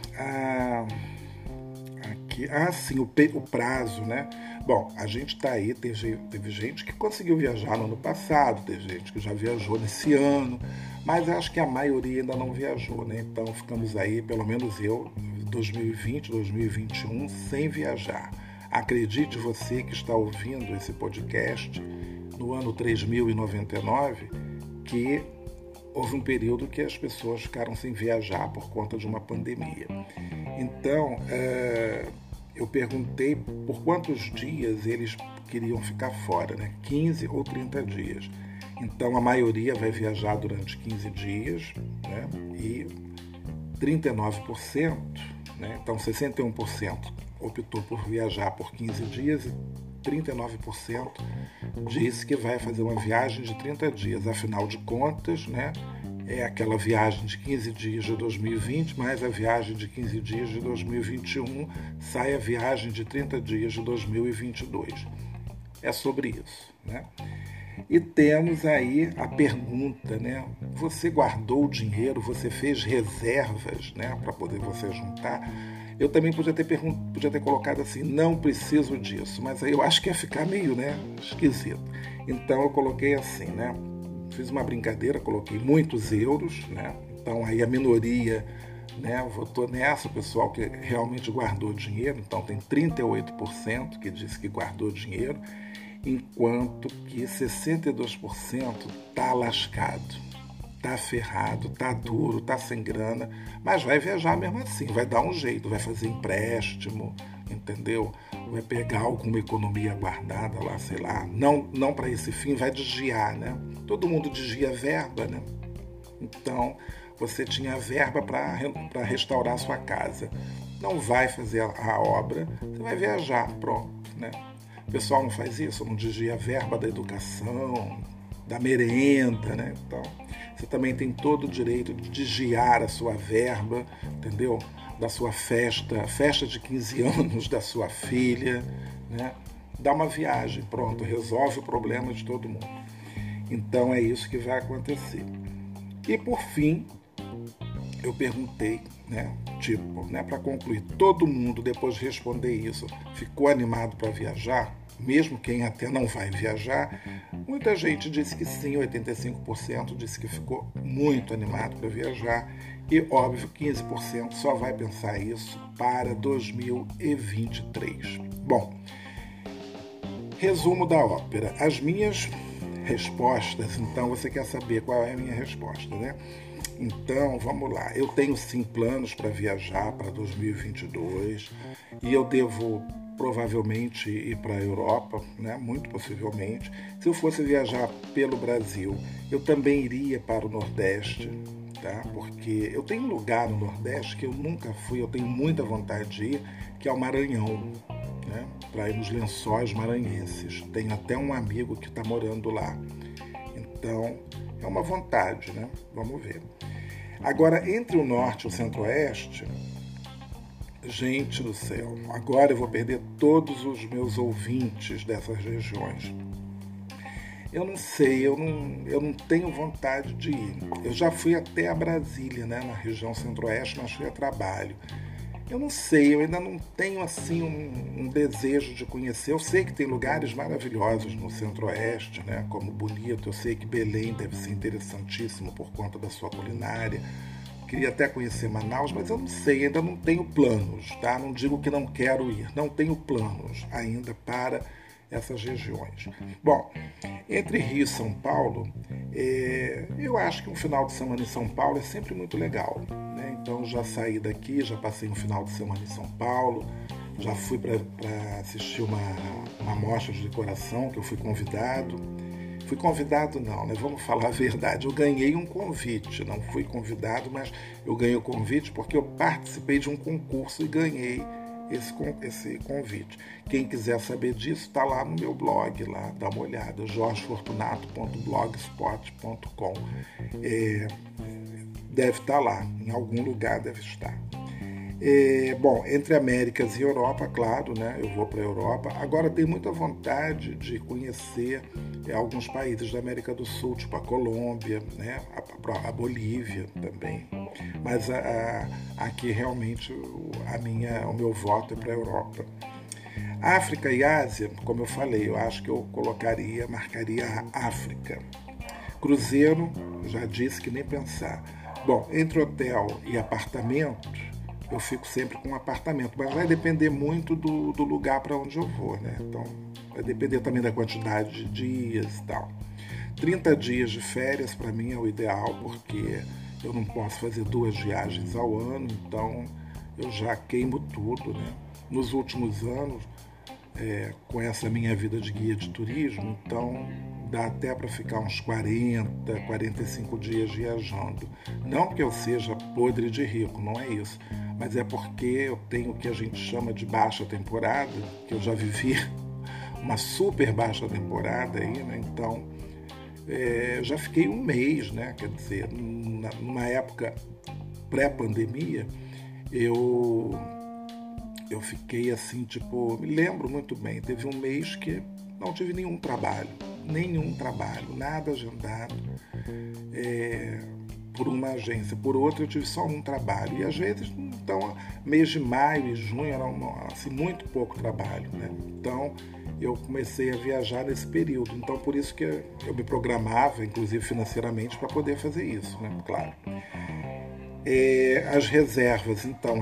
Speaker 1: sim, o prazo, né? Bom, a gente está aí, teve gente que conseguiu viajar no ano passado, teve gente que já viajou nesse ano, mas acho que a maioria ainda não viajou, né? Então ficamos aí, pelo menos eu, 2020, 2021, sem viajar. Acredite você que está ouvindo esse podcast no ano 3099, que houve um período que as pessoas ficaram sem viajar por conta de uma pandemia. Então, eu perguntei por quantos dias eles queriam ficar fora, né? 15 ou 30 dias. Então, a maioria vai viajar durante 15 dias, né? E 39%, né? Então 61% optou por viajar por 15 dias e 39% disse que vai fazer uma viagem de 30 dias. Afinal de contas, né, é aquela viagem de 15 dias de 2020, mais a viagem de 15 dias de 2021, sai a viagem de 30 dias de 2022. É sobre isso, né? E temos aí a pergunta, né? Você guardou o dinheiro, você fez reservas, né, para poder você juntar? Eu também podia ter colocado assim, não preciso disso, mas aí eu acho que ia ficar meio, né, esquisito. Então eu coloquei assim, né? Fiz uma brincadeira, coloquei muitos euros, né? Então aí a minoria, né, votou nessa, o pessoal que realmente guardou dinheiro, então tem 38% que disse que guardou dinheiro, enquanto que 62% tá lascado, tá ferrado, tá duro, tá sem grana, mas vai viajar mesmo assim, vai dar um jeito, vai fazer empréstimo, entendeu? Vai pegar alguma economia guardada lá, sei lá, não para esse fim, vai desviar, né? Todo mundo desvia verba, né? Então, você tinha verba para restaurar a sua casa. Não vai fazer a obra, você vai viajar, pronto. né? O pessoal não faz isso, não desvia a verba da educação, da merenda, né? Então, você também tem todo o direito de desviar a sua verba, entendeu? Da sua festa de 15 anos da sua filha, né? Dá uma viagem, pronto, resolve o problema de todo mundo. Então é isso que vai acontecer. E por fim, eu perguntei, né, para concluir, todo mundo depois de responder isso ficou animado para viajar? Mesmo quem até não vai viajar, muita gente disse que sim, 85% disse que ficou muito animado para viajar e, óbvio, 15% só vai pensar isso para 2023. Bom, resumo da ópera. As minhas respostas, então você quer saber qual é a minha resposta, né? Então, vamos lá. Eu tenho sim planos para viajar para 2022 e eu devo provavelmente ir para a Europa, né? Muito possivelmente. Se eu fosse viajar pelo Brasil, eu também iria para o Nordeste, tá? Porque eu tenho um lugar no Nordeste que eu nunca fui, eu tenho muita vontade de ir, que é o Maranhão, né? Para ir nos Lençóis Maranhenses. Tenho até um amigo que está morando lá. Então, é uma vontade, né? Vamos ver. Agora, entre o Norte e o Centro-Oeste, gente do céu, agora eu vou perder todos os meus ouvintes dessas regiões. Eu não sei, eu não tenho vontade de ir. Eu já fui até a Brasília, né, na região Centro-Oeste, mas fui a trabalho. Eu não sei, eu ainda não tenho assim um desejo de conhecer. Eu sei que tem lugares maravilhosos no Centro-Oeste, né? Como Bonito. Eu sei que Belém deve ser interessantíssimo por conta da sua culinária. Queria até conhecer Manaus, mas eu não sei, ainda não tenho planos, tá? Não digo que não quero ir, não tenho planos ainda para essas regiões. Bom, entre Rio e São Paulo, eu acho que um final de semana em São Paulo é sempre muito legal, né? Então já saí daqui, já passei um final de semana em São Paulo, já fui para assistir uma mostra de decoração que eu fui convidado. Fui convidado não, né? Vamos falar a verdade. Eu ganhei um convite, não fui convidado, mas eu ganhei o convite porque eu participei de um concurso e ganhei esse convite. Quem quiser saber disso, está lá no meu blog, lá, dá uma olhada, jorgefortunato.blogspot.com. Deve estar lá, em algum lugar deve estar. Bom, entre Américas e Europa, claro, né? Eu vou para a Europa. Agora tenho muita vontade de conhecer alguns países da América do Sul, tipo a Colômbia, né? A Bolívia também. Mas aqui realmente o meu voto é para a Europa. África e Ásia, como eu falei, eu acho que eu marcaria a África. Cruzeiro, já disse que nem pensar. Bom, entre hotel e apartamento, eu fico sempre com um apartamento, mas vai depender muito do lugar para onde eu vou, né? Então, vai depender também da quantidade de dias e tal. 30 dias de férias para mim é o ideal, porque eu não posso fazer 2 viagens ao ano, então eu já queimo tudo, né? Nos últimos anos, com essa minha vida de guia de turismo, então dá até para ficar uns 40, 45 dias viajando. Não porque eu seja podre de rico, não é isso, mas é porque eu tenho o que a gente chama de baixa temporada, que eu já vivi uma super baixa temporada aí, né? Então, já fiquei um mês, né? Quer dizer, numa época pré-pandemia, eu fiquei assim, tipo, me lembro muito bem, teve um mês que não tive nenhum trabalho, nada agendado por uma agência, por outra eu tive só um trabalho, e às vezes, então, mês de maio e junho era assim, muito pouco trabalho, né? Então, eu comecei a viajar nesse período, então por isso que eu me programava, inclusive financeiramente, para poder fazer isso, né? Claro. As reservas, então,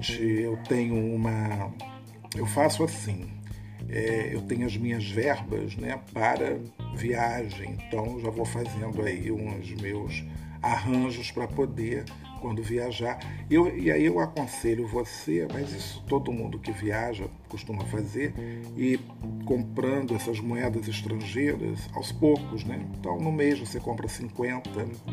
Speaker 1: eu faço assim, eu tenho as minhas verbas, né, para viagem, então já vou fazendo aí uns meus arranjos para poder, quando viajar, e aí eu aconselho você, mas isso todo mundo que viaja costuma fazer, e comprando essas moedas estrangeiras aos poucos, né? Então no mês você compra $50,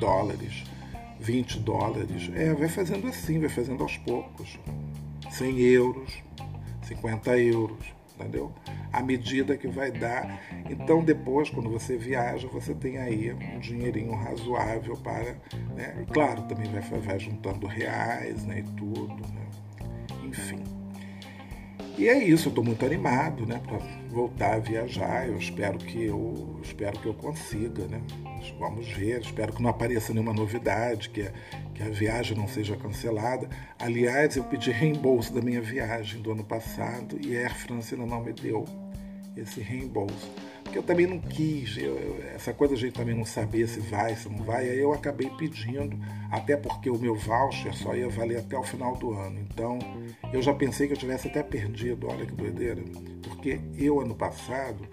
Speaker 1: $20, vai fazendo assim, vai fazendo aos poucos, €100, €50, entendeu? à medida que vai dar. Então, depois, quando você viaja, você tem aí um dinheirinho razoável para, né? E claro, também vai juntando reais, né? E tudo, né? Enfim. E é isso, eu estou muito animado, né, para voltar a viajar. Eu espero que eu consiga, né? Vamos ver, espero que não apareça nenhuma novidade, que a viagem não seja cancelada. Aliás, eu pedi reembolso da minha viagem do ano passado e a Air France ainda não me deu esse reembolso. Porque eu também não quis, essa coisa a gente também não saber se vai, se não vai, aí eu acabei pedindo, até porque o meu voucher só ia valer até o final do ano. Então, eu já pensei que eu tivesse até perdido, olha que doideira, porque ano passado,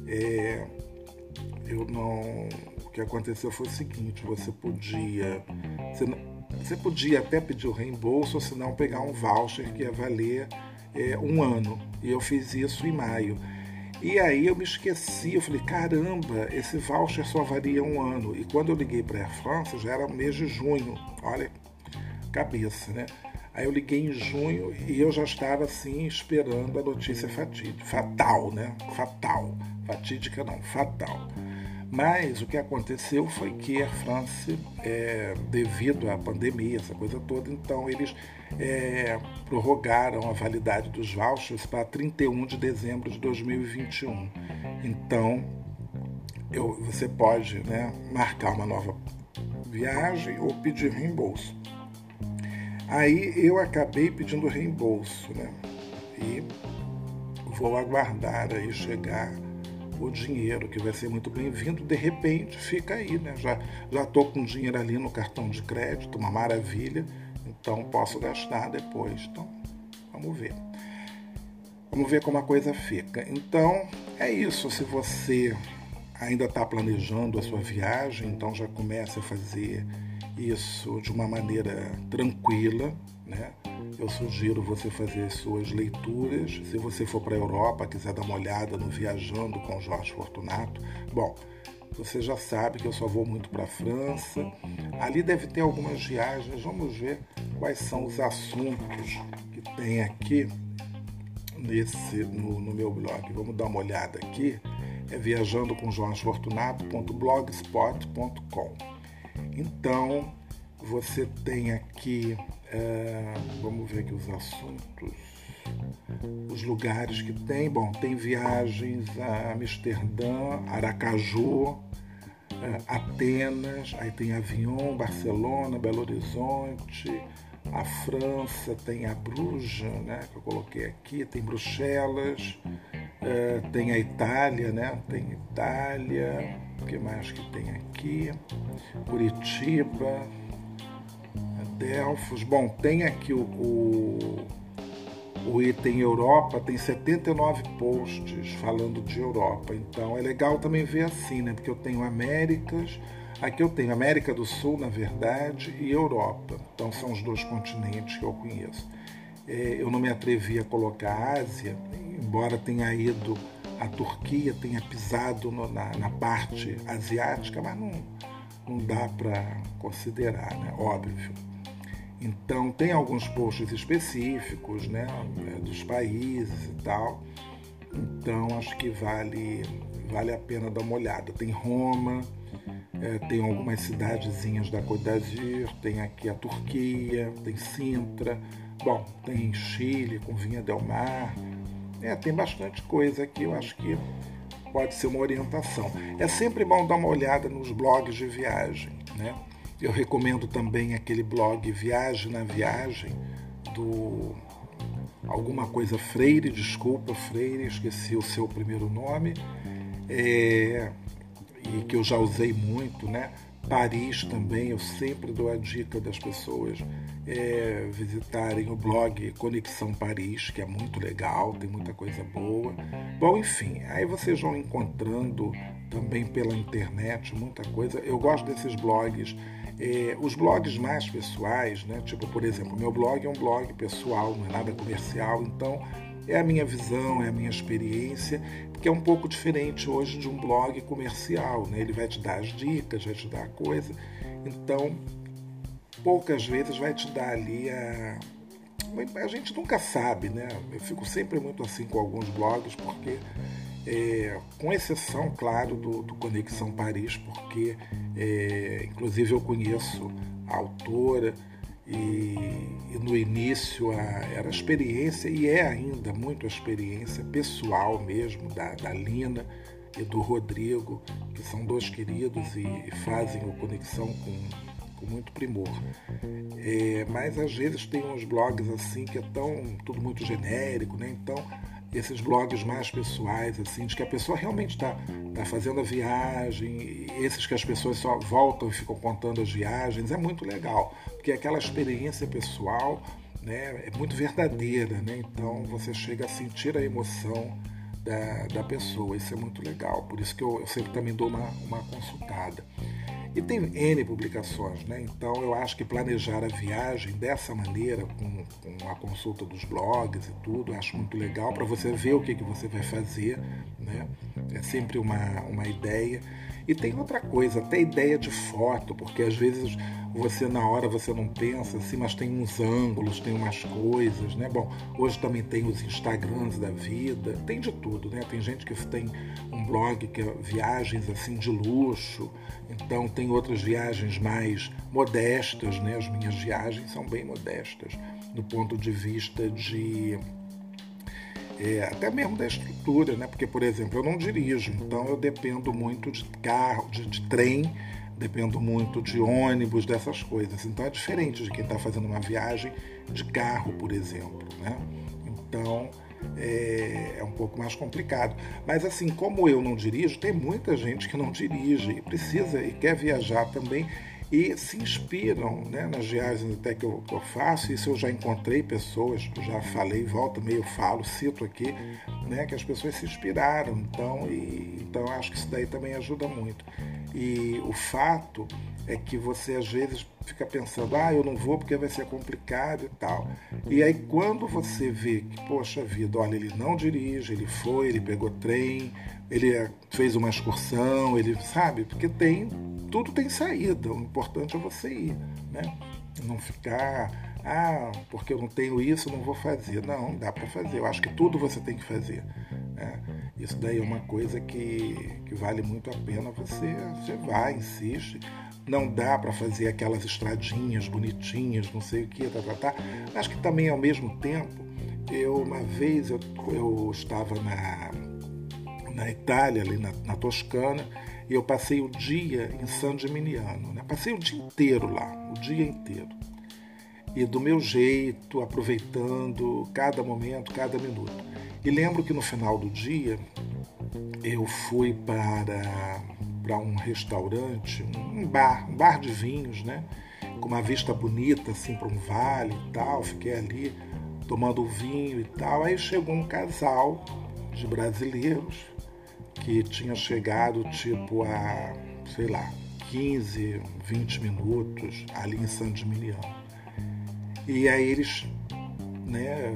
Speaker 1: o que aconteceu foi o seguinte, você podia até pedir o reembolso, ou se não pegar um voucher que ia valer um ano, e eu fiz isso em maio. E aí eu me esqueci, eu falei, caramba, esse voucher só valia um ano. E quando eu liguei para a Air France, já era mês de junho, olha, cabeça, né? Aí eu liguei em junho e eu já estava assim esperando a notícia fatal, né? Fatal, fatídica não, fatal. Mas o que aconteceu foi que a Air France, devido à pandemia, essa coisa toda, então eles prorrogaram a validade dos vouchers para 31 de dezembro de 2021. Então, você pode, né, marcar uma nova viagem ou pedir reembolso. Aí eu acabei pedindo reembolso, né? E vou aguardar aí chegar o dinheiro, que vai ser muito bem-vindo. De repente fica aí, né? Já estou com dinheiro ali no cartão de crédito, uma maravilha, então posso gastar depois. Então, vamos ver. Vamos ver como a coisa fica. Então, é isso. Se você ainda está planejando a sua viagem, então já comece a fazer isso de uma maneira tranquila, né? Eu sugiro você fazer as suas leituras. Se você for para a Europa, quiser dar uma olhada no Viajando com Jorge Fortunato, bom, você já sabe que eu só vou muito para a França. Ali deve ter algumas viagens. Vamos ver quais são os assuntos que tem aqui no meu blog. Vamos dar uma olhada aqui. É viajandocomjorgefortunato.blogspot.com. Então, você tem aqui, vamos ver aqui os assuntos, os lugares que tem. Bom, tem viagens a Amsterdã, Aracaju, Atenas, aí tem Avignon, Barcelona, Belo Horizonte, a França tem a Bruges, né, que eu coloquei aqui, tem Bruxelas, tem a Itália, né, tem Itália, o que mais que tem aqui? Curitiba, Delfos. Bom, tem aqui o item Europa, tem 79 posts falando de Europa. Então é legal também ver assim, né? Porque eu tenho Américas, aqui eu tenho América do Sul, na verdade, e Europa. Então são os dois continentes que eu conheço. Eu não me atrevi a colocar a Ásia, embora tenha ido a Turquia, tenha pisado na parte asiática, mas não dá para considerar, né? Óbvio. Então, tem alguns posts específicos, né, dos países e tal. Então, acho que vale a pena dar uma olhada. Tem Roma, tem algumas cidadezinhas da Côte d'Azur, tem aqui a Turquia, tem Sintra, bom, tem Chile com Vinha del Mar. Tem bastante coisa aqui, eu acho que pode ser uma orientação. É sempre bom dar uma olhada nos blogs de viagem, né? Eu recomendo também aquele blog Viagem na Viagem, do alguma coisa Freire, desculpa, Freire, esqueci o seu primeiro nome, e que eu já usei muito, né? Paris também, eu sempre dou a dica das pessoas visitarem o blog Conexão Paris, que é muito legal, tem muita coisa boa. Bom, enfim, aí vocês vão encontrando também pela internet muita coisa. Eu gosto desses blogs, os blogs mais pessoais, né? Tipo, por exemplo, meu blog é um blog pessoal, não é nada comercial, então é a minha visão, é a minha experiência, que é um pouco diferente hoje de um blog comercial, né? Ele vai te dar as dicas, vai te dar a coisa, então poucas vezes vai te dar ali a gente nunca sabe, né? Eu fico sempre muito assim com alguns blogs, porque, com exceção, claro, do Conexão Paris, porque, inclusive, eu conheço a autora e no início era a experiência, e é ainda muito a experiência pessoal mesmo, da Lina e do Rodrigo, que são dois queridos e fazem o Conexão com muito primor. Mas às vezes tem uns blogs assim que é tudo muito genérico, né? Então esses blogs mais pessoais, assim, de que a pessoa realmente está fazendo a viagem, esses que as pessoas só voltam e ficam contando as viagens, é muito legal, porque aquela experiência pessoal, né, é muito verdadeira, né? Então você chega a sentir a emoção da pessoa, isso é muito legal, por isso que eu sempre também dou uma consultada. E tem N publicações, né? Então eu acho que planejar a viagem dessa maneira, com a consulta dos blogs e tudo, eu acho muito legal para você ver o que você vai fazer, né? É sempre uma ideia. E tem outra coisa, até ideia de foto, porque às vezes você na hora você não pensa assim, mas tem uns ângulos, tem umas coisas, né? Bom, hoje também tem os Instagrams da vida, tem de tudo, né? Tem gente que tem um blog que é viagens assim de luxo, então tem outras viagens mais modestas, né? As minhas viagens são bem modestas, do ponto de vista de até mesmo da estrutura, né? Porque, por exemplo, eu não dirijo, então eu dependo muito de carro, de trem, dependo muito de ônibus, dessas coisas. Então é diferente de quem está fazendo uma viagem de carro, por exemplo, né? Então é um pouco mais complicado. Mas assim, como eu não dirijo, tem muita gente que não dirige e precisa e quer viajar também e se inspiram, né, nas viagens até que eu faço. Isso eu já encontrei pessoas, eu já falei, volta e meia eu falo, cito aqui, né, que as pessoas se inspiraram. Então eu acho que isso daí também ajuda muito. E o fato é que você às vezes fica pensando, eu não vou porque vai ser complicado e tal. E aí quando você vê que, poxa vida, olha, ele não dirige, ele foi, ele pegou trem, ele fez uma excursão, ele sabe, porque tudo tem saída, o importante é você ir, né? Não ficar, porque eu não tenho isso, não vou fazer. Não, dá para fazer, eu acho que tudo você tem que fazer, né? Isso daí é uma coisa que vale muito a pena, você vai, insiste. Não dá para fazer aquelas estradinhas bonitinhas, não sei o que, Acho que também, ao mesmo tempo, uma vez eu estava na Itália, ali na Toscana, e eu passei o dia em San Gimignano, né? Passei o dia inteiro lá, o dia inteiro. E do meu jeito, aproveitando cada momento, cada minuto. E lembro que no final do dia, eu fui para um restaurante, um bar de vinhos, né? Com uma vista bonita, assim, para um vale e tal. Fiquei ali tomando vinho e tal. Aí chegou um casal de brasileiros que tinha chegado tipo a, sei lá, 15, 20 minutos ali em San Gimignano. E aí eles, né,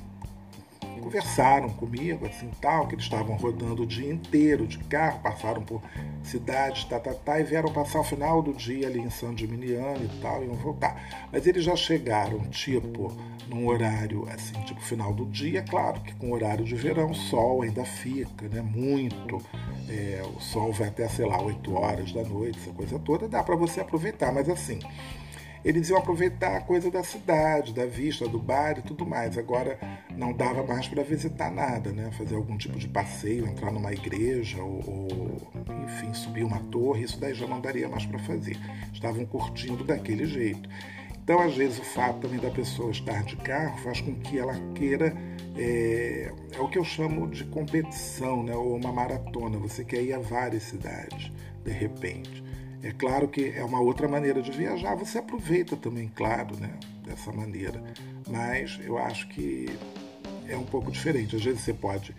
Speaker 1: conversaram comigo, assim, tal, que eles estavam rodando o dia inteiro de carro, passaram por cidades, e vieram passar o final do dia ali em San Gimignano e tal, e iam voltar. Mas eles já chegaram, tipo, num horário, assim, tipo, final do dia, claro que com horário de verão, o sol ainda fica, né, muito, o sol vai até, sei lá, 8 horas da noite, essa coisa toda, dá para você aproveitar, mas assim, eles iam aproveitar a coisa da cidade, da vista, do bar e tudo mais. Agora não dava mais para visitar nada, né? Fazer algum tipo de passeio, entrar numa igreja ou, enfim, subir uma torre, isso daí já não daria mais para fazer. Estavam curtindo daquele jeito. Então, às vezes, o fato também da pessoa estar de carro faz com que ela queira, é o que eu chamo de competição, né? Ou uma maratona. Você quer ir a várias cidades, de repente. É claro que é uma outra maneira de viajar, você aproveita também, claro, né, dessa maneira. Mas eu acho que é um pouco diferente. Às vezes você pode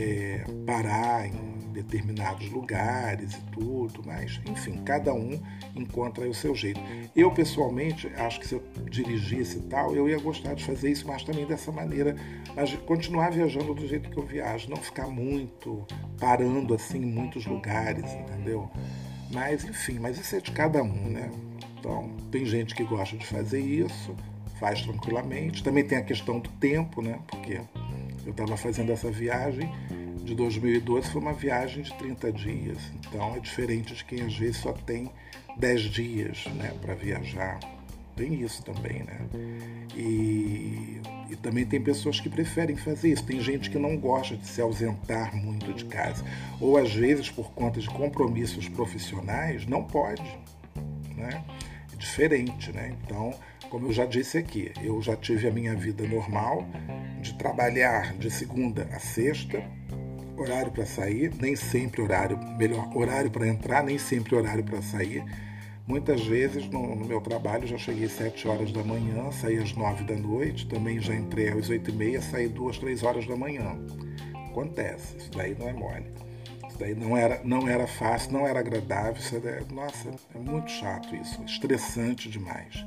Speaker 1: parar em determinados lugares e tudo, mas, enfim, cada um encontra o seu jeito. Eu, pessoalmente, acho que se eu dirigisse e tal, eu ia gostar de fazer isso, mas também dessa maneira, mas continuar viajando do jeito que eu viajo, não ficar muito parando assim em muitos lugares, entendeu? Mas, enfim, mas isso é de cada um, né? Então, tem gente que gosta de fazer isso, faz tranquilamente. Também tem a questão do tempo, né? Porque eu estava fazendo essa viagem de 2012, foi uma viagem de 30 dias. Então é diferente de quem às vezes só tem 10 dias, né, para viajar. Tem isso também, né? E também tem pessoas que preferem fazer isso. Tem gente que não gosta de se ausentar muito de casa. Ou às vezes, por conta de compromissos profissionais, não pode, né? É diferente, né? Então, como eu já disse aqui, eu já tive a minha vida normal de trabalhar de segunda a sexta, horário para sair, nem sempre horário para entrar, nem sempre horário para sair. Muitas vezes no meu trabalho já cheguei às 7 horas da manhã, saí às 9 da noite, também já entrei às 8h30, saí 2, 3 horas da manhã. Acontece, isso daí não é mole. Isso daí não era fácil, não era agradável, nossa, é muito chato isso, estressante demais.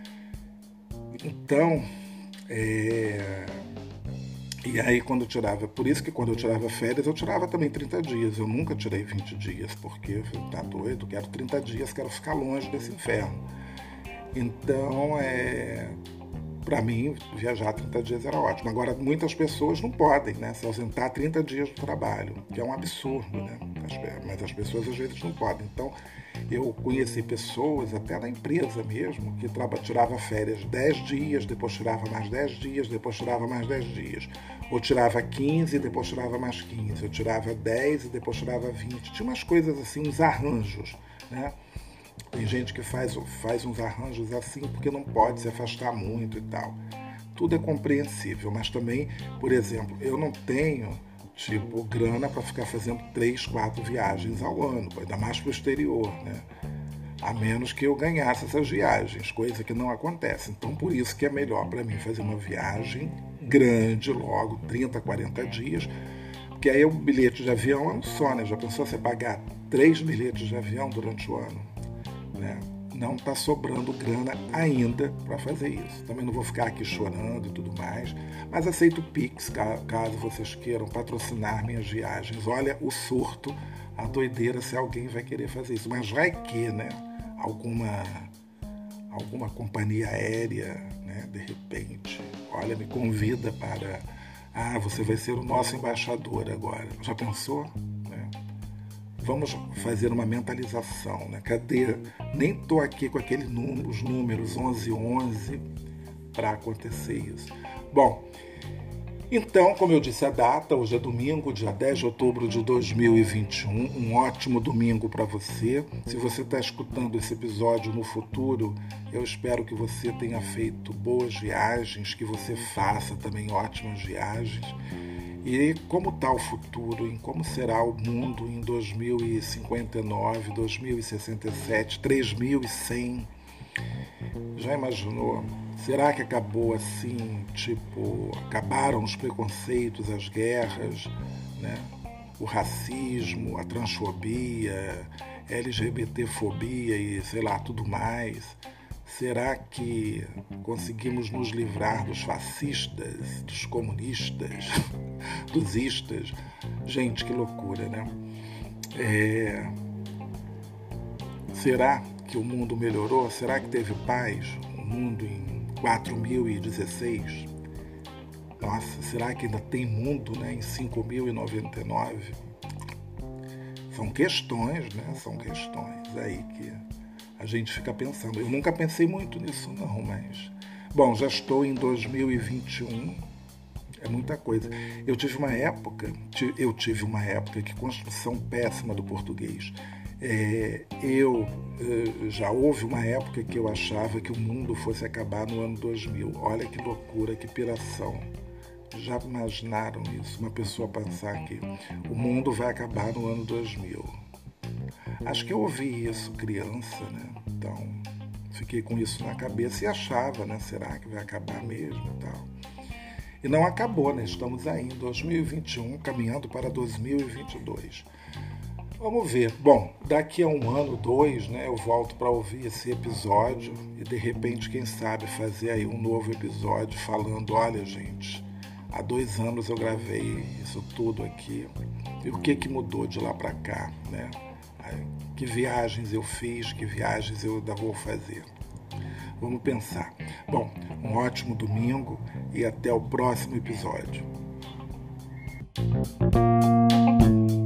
Speaker 1: Então, e aí quando eu tirava, por isso que quando eu tirava férias, eu tirava também 30 dias. Eu nunca tirei 20 dias, porque eu falei, tá doido, quero 30 dias, quero ficar longe desse inferno. Então, para mim, viajar 30 dias era ótimo. Agora, muitas pessoas não podem, né, se ausentar 30 dias do trabalho, que é um absurdo, né? Mas as pessoas às vezes não podem. Então, eu conheci pessoas, até na empresa mesmo, que tirava férias 10 dias, depois tirava mais 10 dias, depois tirava mais 10 dias. Ou tirava 15 e depois tirava mais 15. Ou tirava 10 e depois tirava 20. Tinha umas coisas assim, uns arranjos, né? Tem gente que faz uns arranjos assim porque não pode se afastar muito e tal. Tudo é compreensível, mas também, por exemplo, eu não tenho grana para ficar fazendo 3, 4 viagens ao ano, ainda mais para o exterior, né? A menos que eu ganhasse essas viagens, coisa que não acontece. Então, por isso que é melhor para mim fazer uma viagem grande logo, 30, 40 dias, porque aí o bilhete de avião é um só, né? Já pensou você pagar 3 bilhetes de avião durante o ano? Né? Não está sobrando grana ainda para fazer isso. Também não vou ficar aqui chorando e tudo mais, mas aceito o Pix, caso vocês queiram patrocinar minhas viagens. Olha o surto, a doideira se alguém vai querer fazer isso. Mas vai que, né? Alguma companhia aérea, né? De repente, olha, me convida para... você vai ser o nosso embaixador agora. Já pensou? Vamos fazer uma mentalização, né? Cadê? Nem estou aqui com os números 1111 para acontecer isso. Bom, então, como eu disse a data, hoje é domingo, dia 10 de outubro de 2021, um ótimo domingo para você. Se você está escutando esse episódio no futuro, eu espero que você tenha feito boas viagens, que você faça também ótimas viagens. E como está o futuro, em como será o mundo em 2059, 2067, 3100? Já imaginou? Será que acabou assim, acabaram os preconceitos, as guerras, né? O racismo, a transfobia, LGBTfobia e sei lá, tudo mais? Será que conseguimos nos livrar dos fascistas, dos comunistas, dos istas? Gente, que loucura, né? Será que o mundo melhorou? Será que teve paz? O mundo em 4016? Nossa, será que ainda tem mundo, né, em 5099? São questões, né? São questões aí que a gente fica pensando. Eu nunca pensei muito nisso não, mas... Bom, já estou em 2021, é muita coisa. Eu tive uma época que construção péssima do português. Já houve uma época que eu achava que o mundo fosse acabar no ano 2000. Olha que loucura, que piração. Já imaginaram isso? Uma pessoa pensar que o mundo vai acabar no ano 2000. Acho que eu ouvi isso criança, né? Então, fiquei com isso na cabeça e achava, né? Será que vai acabar mesmo e tal? E não acabou, né? Estamos aí em 2021, caminhando para 2022. Vamos ver. Bom, daqui a 1 ano, 2, né? Eu volto para ouvir esse episódio e, de repente, quem sabe, fazer aí um novo episódio falando, olha, gente, há 2 anos eu gravei isso tudo aqui. E o que mudou de lá para cá, né? Que viagens eu fiz, que viagens eu ainda vou fazer. Vamos pensar. Bom, um ótimo domingo e até o próximo episódio.